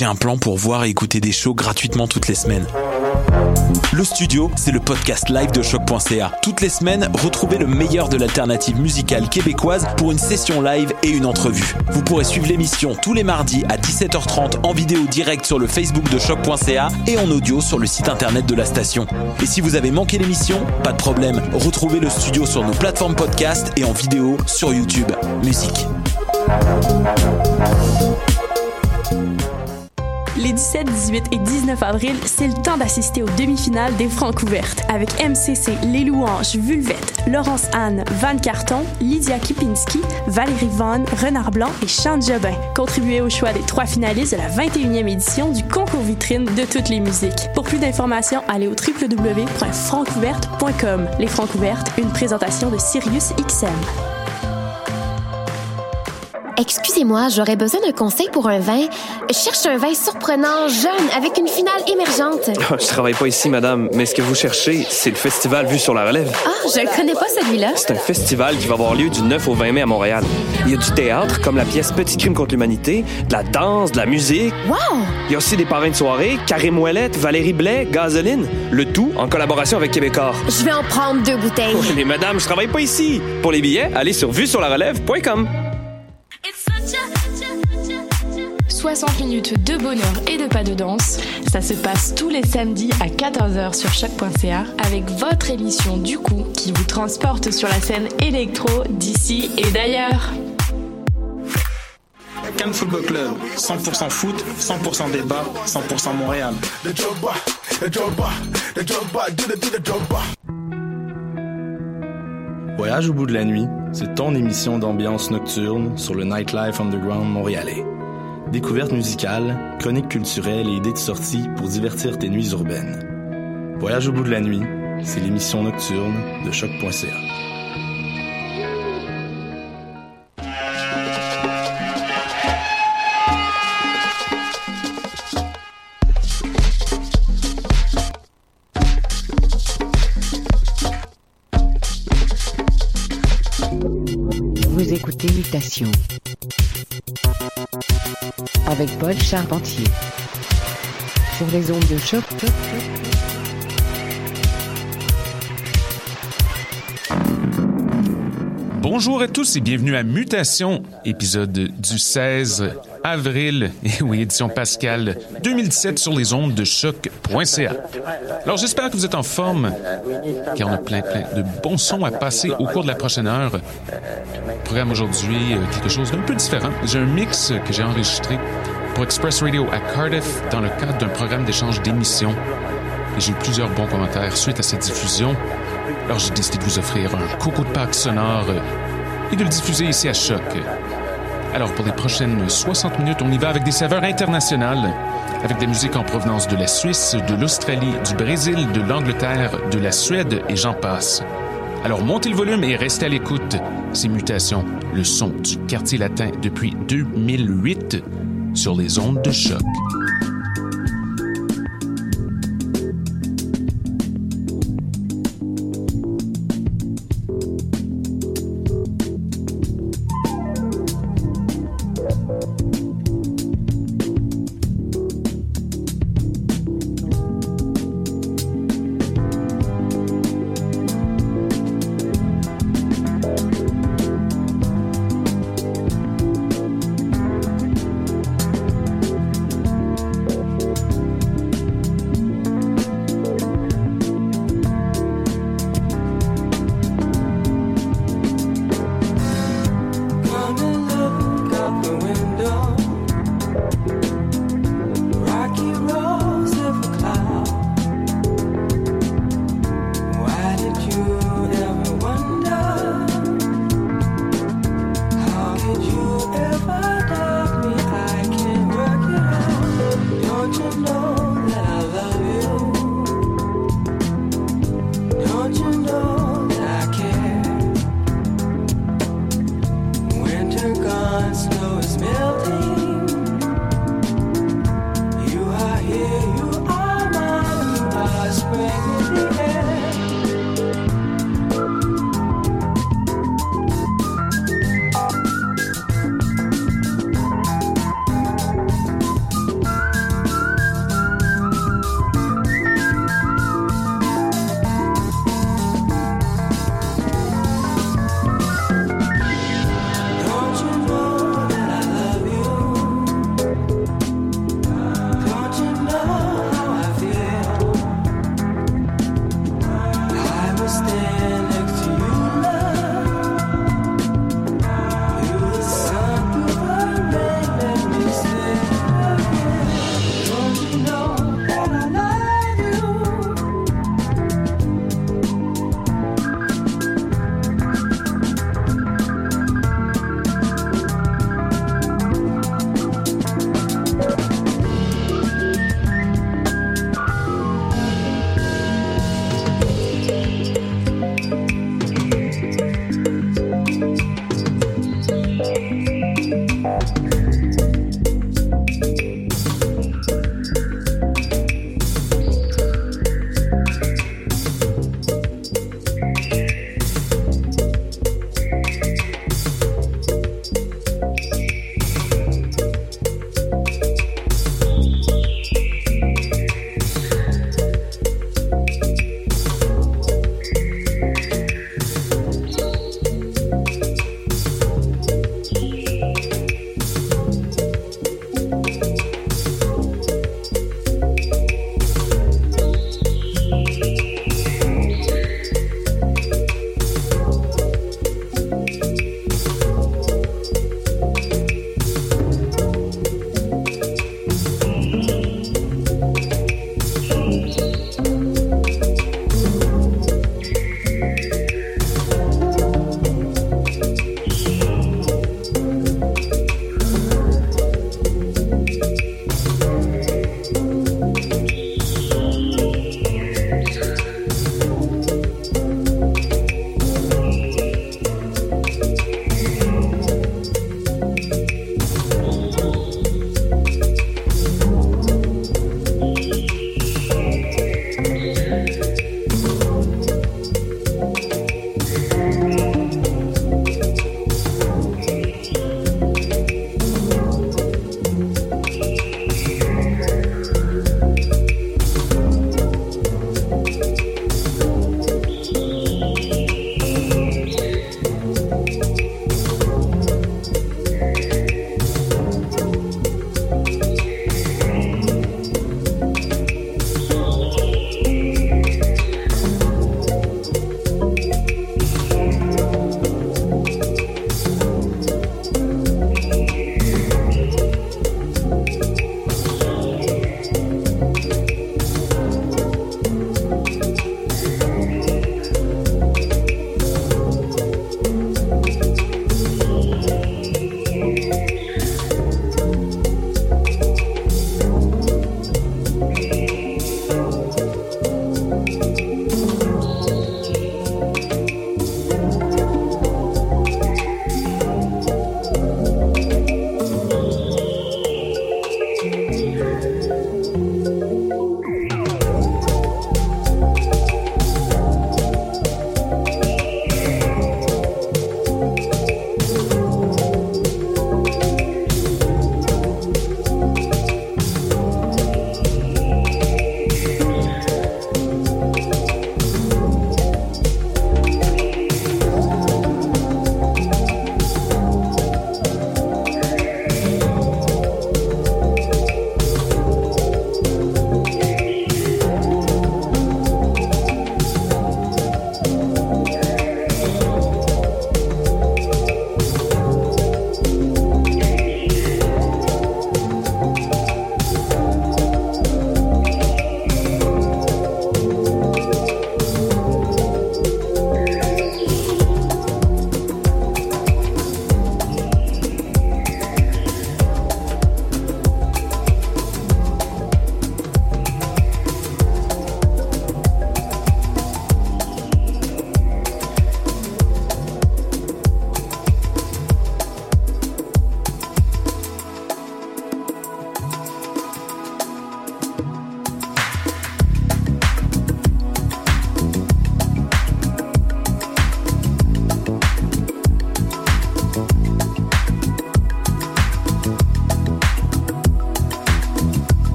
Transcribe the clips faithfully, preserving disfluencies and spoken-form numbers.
J'ai un plan pour voir et écouter des shows gratuitement toutes les semaines. Le Studio, c'est le podcast live de choc point c a. Toutes les semaines, retrouvez le meilleur de l'alternative musicale québécoise pour une session live et une entrevue. Vous pourrez suivre l'émission tous les mardis à dix-sept heures trente en vidéo direct sur le Facebook de choc point c a et en audio sur le site internet de la station. Et si vous avez manqué l'émission, pas de problème. Retrouvez le Studio sur nos plateformes podcast et en vidéo sur YouTube. Musique. Les dix-sept, dix-huit et dix-neuf avril, c'est le temps d'assister aux demi-finales des Francouvertes avec M C C, Les Louanges, Vulvette, Laurence Anne, Van Carton, Lydia Kipinski, Valérie Vaughan, Renard Blanc et Chante Jobin. Contribuez au choix des trois finalistes de la vingt et unième édition du concours vitrine de toutes les musiques. Pour plus d'informations, allez au w w w point francouverte point com. Les Francouvertes, une présentation de Sirius X M. Excusez-moi, j'aurais besoin d'un conseil pour un vin. Je cherche un vin surprenant, jeune, avec une finale émergente. Oh, je travaille pas ici, madame, mais ce que vous cherchez, c'est le festival Vue sur la Relève. Ah, je le connais pas, celui-là. C'est un festival qui va avoir lieu du neuf au vingt mai à Montréal. Il y a du théâtre, comme la pièce Petit crime contre l'humanité, de la danse, de la musique. Wow! Il y a aussi des parrains de soirée, Karim Ouellette, Valérie Blais, Gasoline. Le tout en collaboration avec Québécois. Je vais en prendre deux bouteilles. Oh, mais madame, je travaille pas ici. Pour les billets, allez sur vue sur la relève point com. soixante minutes de bonheur et de pas de danse. Ça se passe tous les samedis à quatorze heures sur choc point c a avec votre émission du coup qui vous transporte sur la scène électro d'ici et d'ailleurs. Cannes Football Club, cent pour cent foot, cent pour cent débat, cent pour cent Montréal. Voyage au bout de la nuit, c'est ton émission d'ambiance nocturne sur le Nightlife Underground montréalais. Découvertes musicales, chroniques culturelles et idées de sortie pour divertir tes nuits urbaines. Voyage au bout de la nuit, c'est l'émission nocturne de choc point c a. Vous écoutez Mutation avec Paul Charpentier sur les ondes de choc. Bonjour à tous et bienvenue à Mutation, épisode du seize avril, et oui, édition Pascal deux mille dix-sept sur les ondes de choc point c a. Alors j'espère que vous êtes en forme, car on a plein plein de bons sons à passer au cours de la prochaine heure. Programme aujourd'hui, euh, quelque chose d'un peu différent. J'ai un mix que j'ai enregistré pour Express Radio à Cardiff dans le cadre d'un programme d'échange d'émissions. Et j'ai eu plusieurs bons commentaires suite à cette diffusion. Alors j'ai décidé de vous offrir un coco de Pâques sonore et de le diffuser ici à Choc. Alors pour les prochaines soixante minutes, on y va avec des saveurs internationales, avec des musiques en provenance de la Suisse, de l'Australie, du Brésil, de l'Angleterre, de la Suède et j'en passe. Alors montez le volume et restez à l'écoute. C'est Mutation, le son du quartier latin depuis deux mille huit sur les ondes de Choc.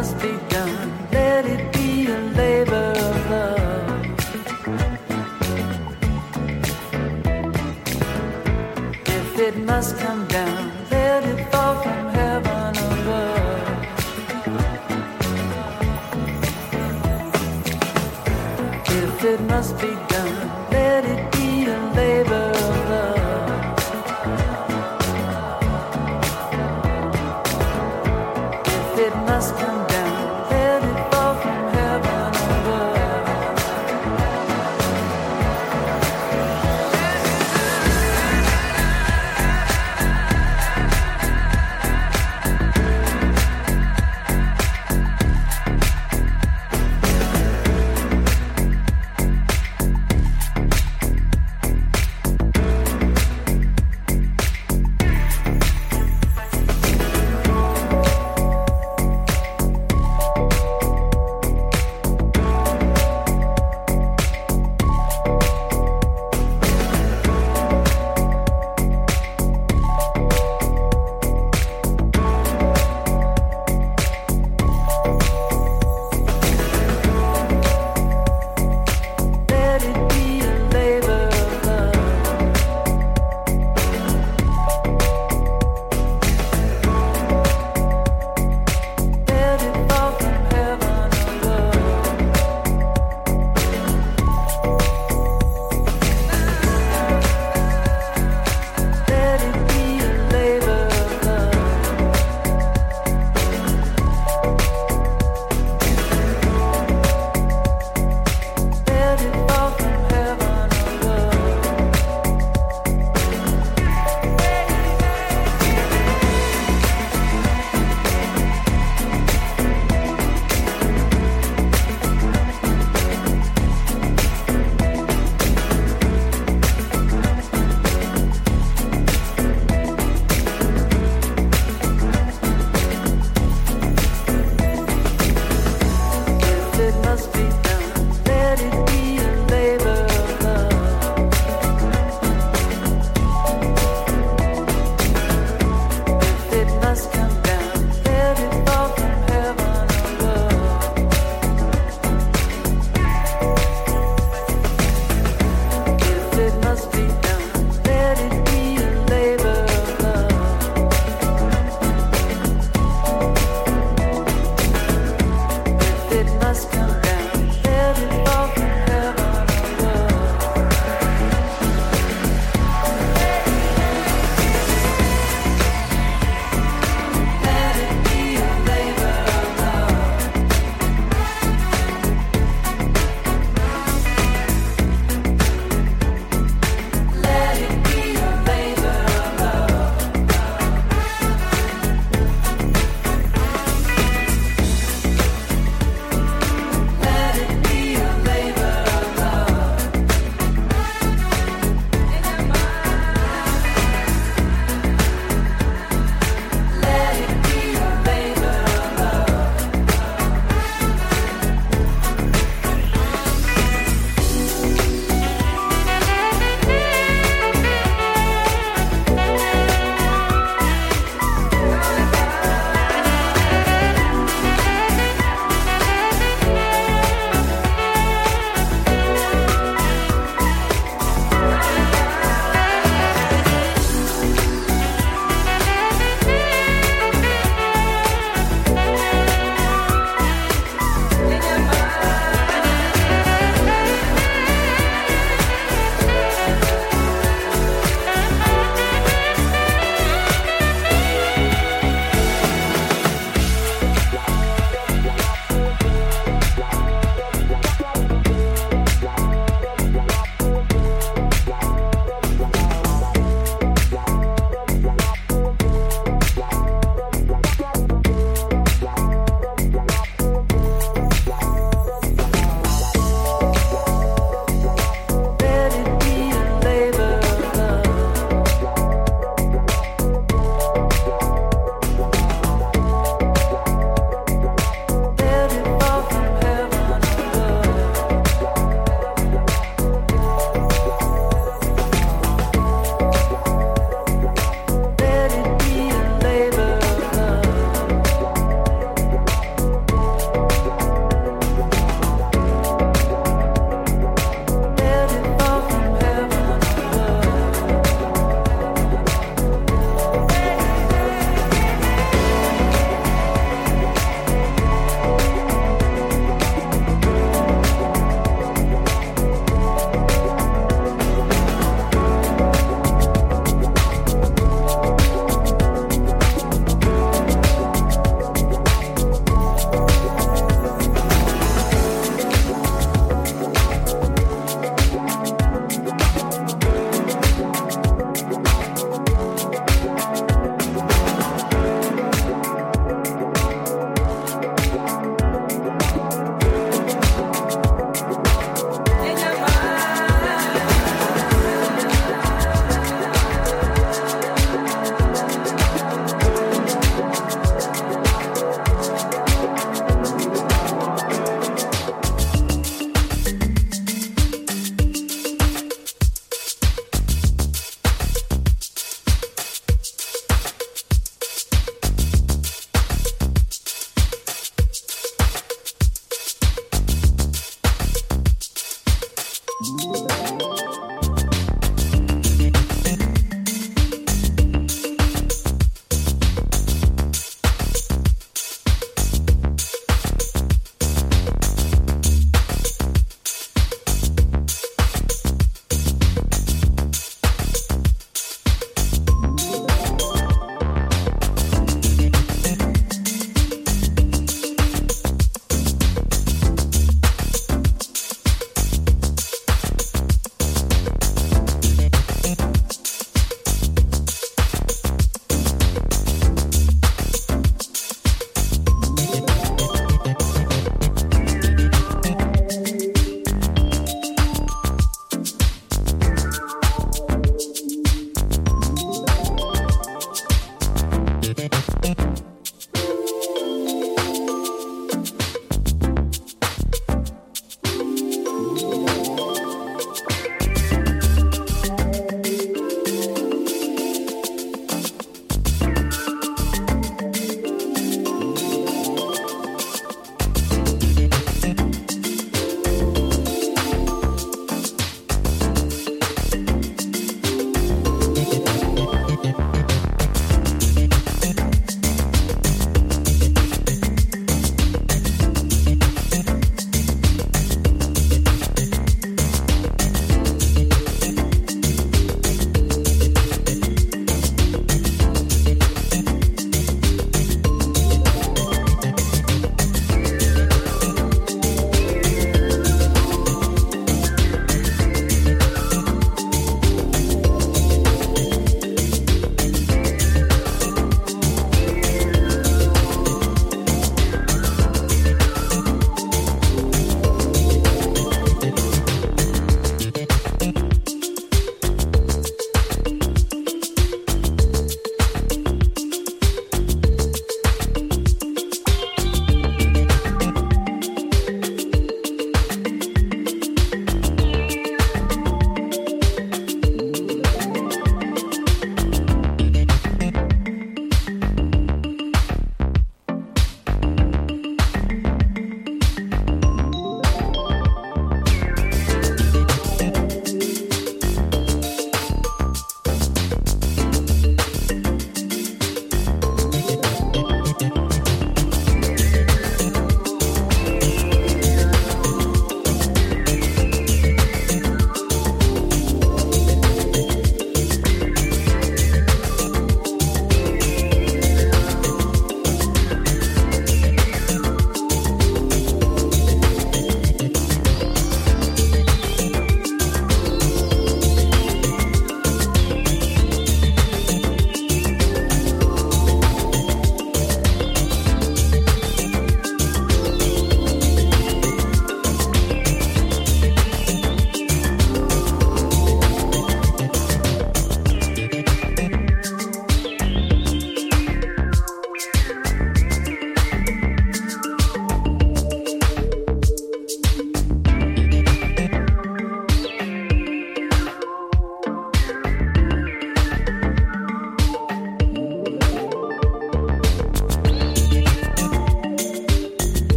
must be done, let it be a labor of love. If it must come down, let it fall from heaven above. If it must be done, let it be a labor of love. If it must come down, let it fall from heaven above.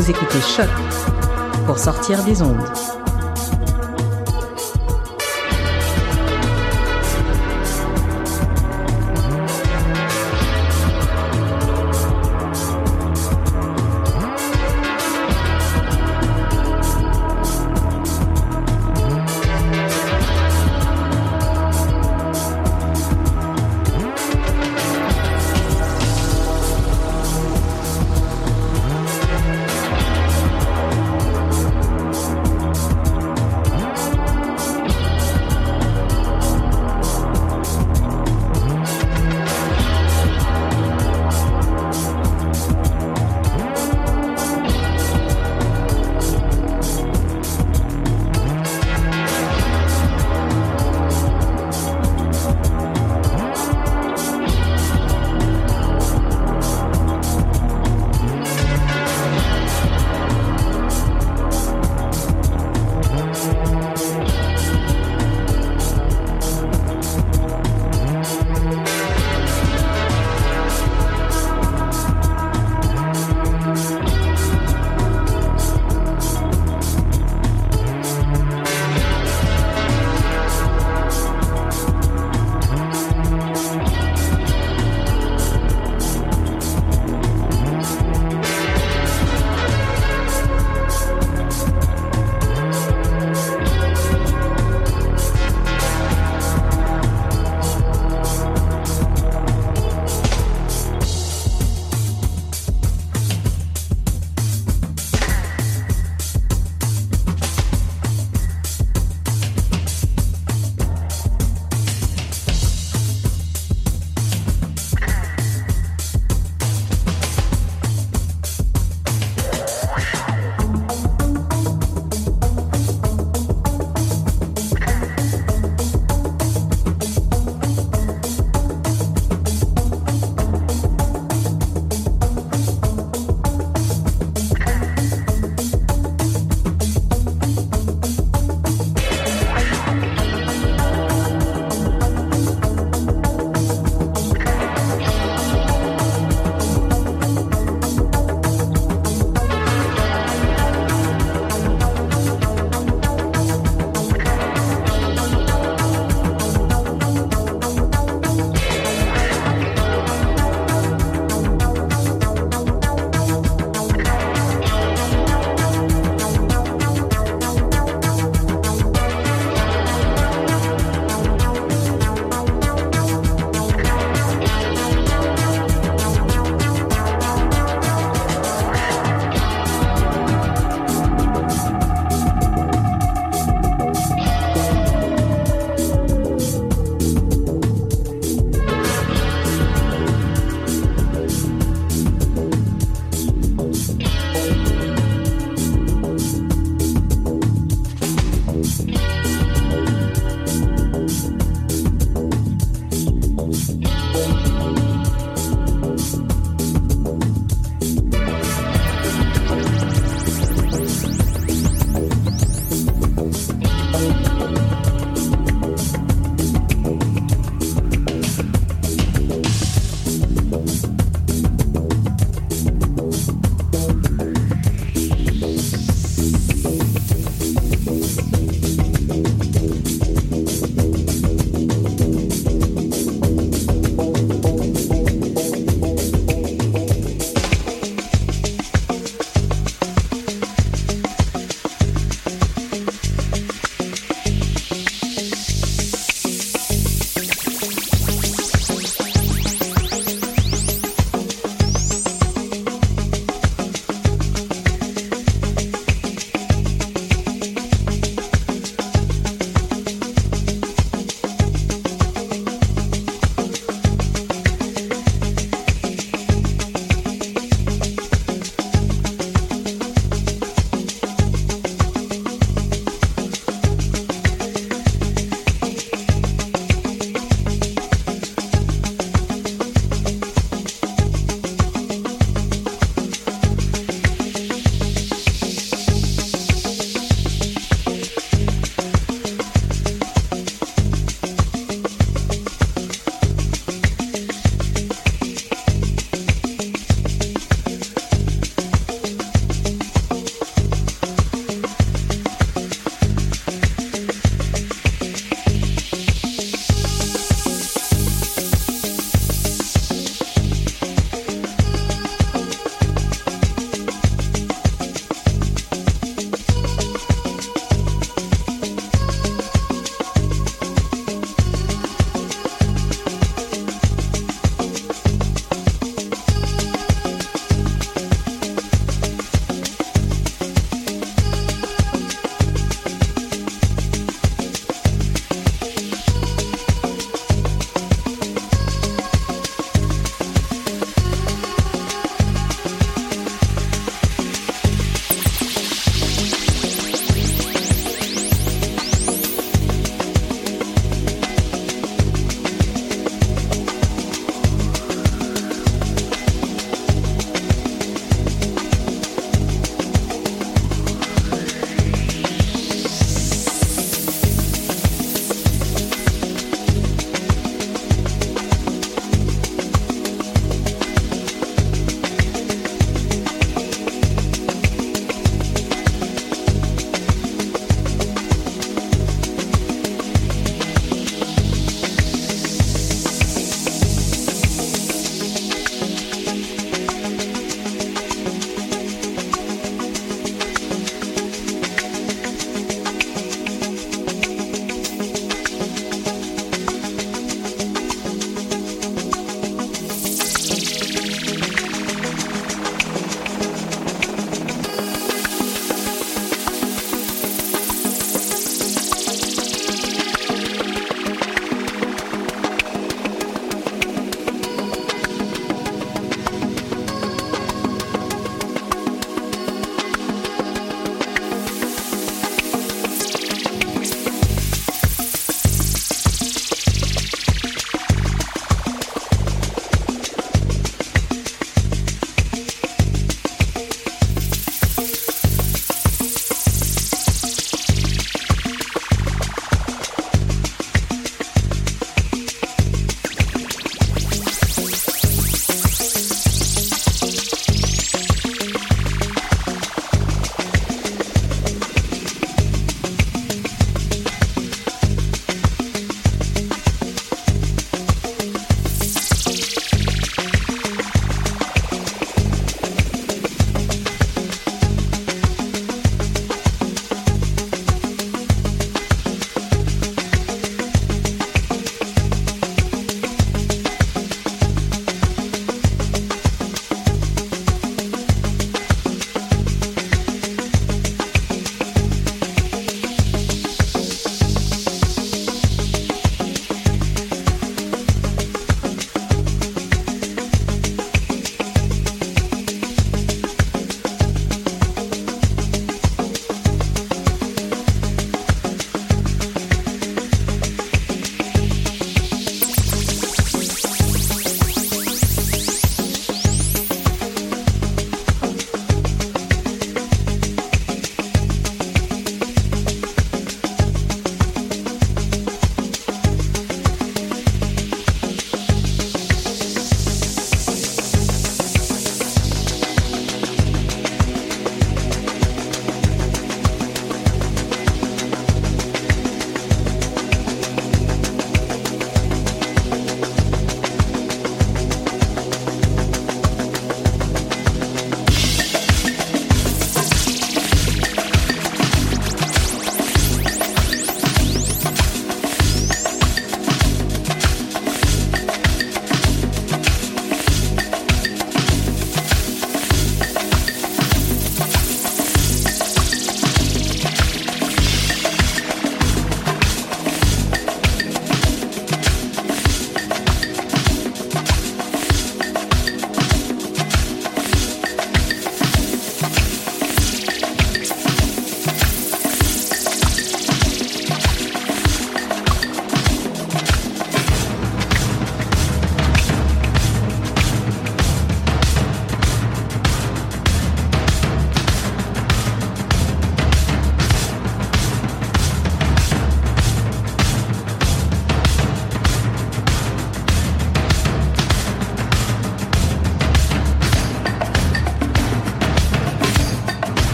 Vous écoutez Choc pour sortir des ondes.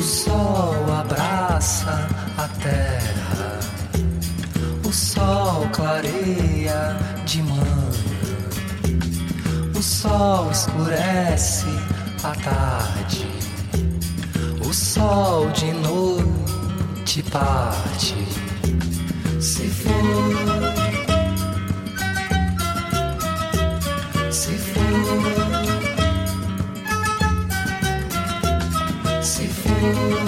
sol abraça a terra, o sol clareia de manhã, o sol escurece a tarde, o sol de noite parte, se for, se for, se for,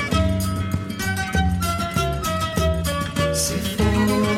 se for.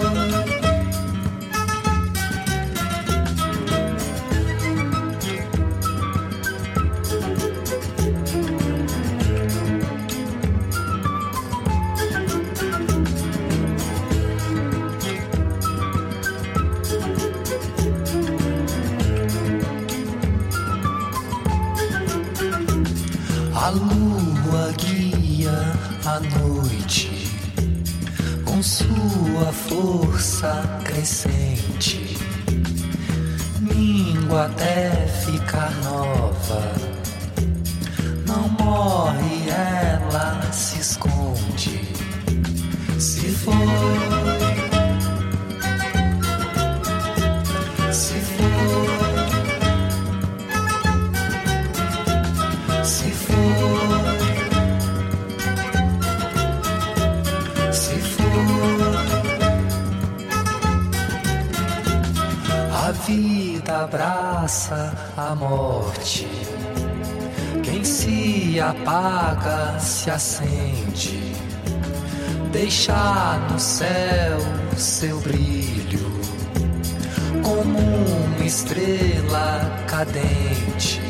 A lua guia a noite com sua força crescente, mingua até ficar nova, não morre, ela se esconde, se for, se for, se for, se for, a vida abraça a morte, quem se apaga se acende, deixa no céu seu brilho, como uma estrela cadente.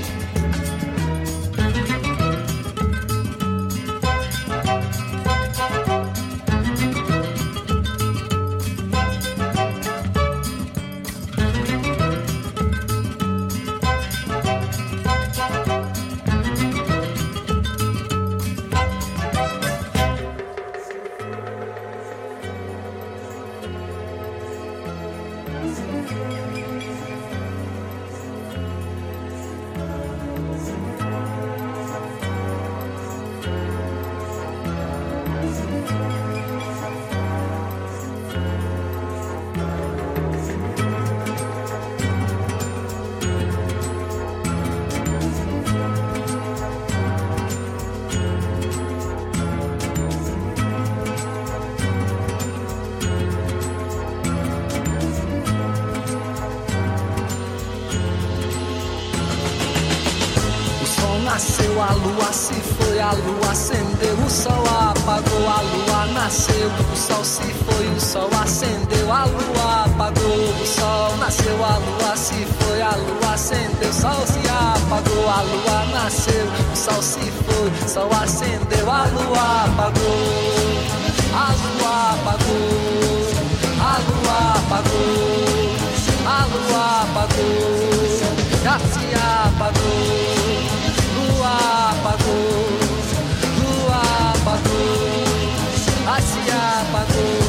Nasceu, a lua se foi, a lua acendeu, o sol apagou, a lua nasceu, o sol se foi, o sol acendeu, a lua apagou, o sol nasceu, a lua se foi, a lua acendeu, o sol se apagou, a lua nasceu, o sol se foi, o sol acendeu, a lua apagou, a lua apagou, a lua apagou, a lua apagou, já se apagou. Lua apagou, lua apagou, a se apagou,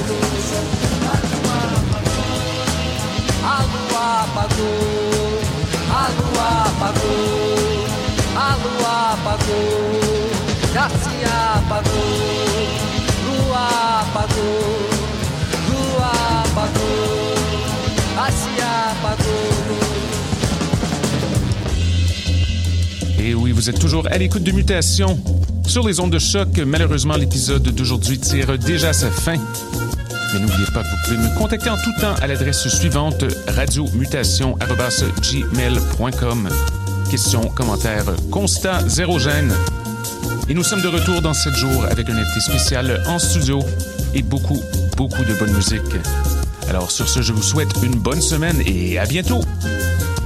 a lua apagou, a lua apagou, a lua apagou, já se apagou, lua apagou, lua apagou, a se apagou. Et oui, vous êtes toujours à l'écoute de Mutation sur les ondes de choc. Malheureusement, l'épisode d'aujourd'hui tire déjà à sa fin. Mais n'oubliez pas que vous pouvez me contacter en tout temps à l'adresse suivante radiomutation arobase gmail point com. Questions, commentaires, constats, zéro gêne. Et nous sommes de retour dans sept jours avec un invité spécial en studio et beaucoup, beaucoup de bonne musique. Alors sur ce, je vous souhaite une bonne semaine et à bientôt!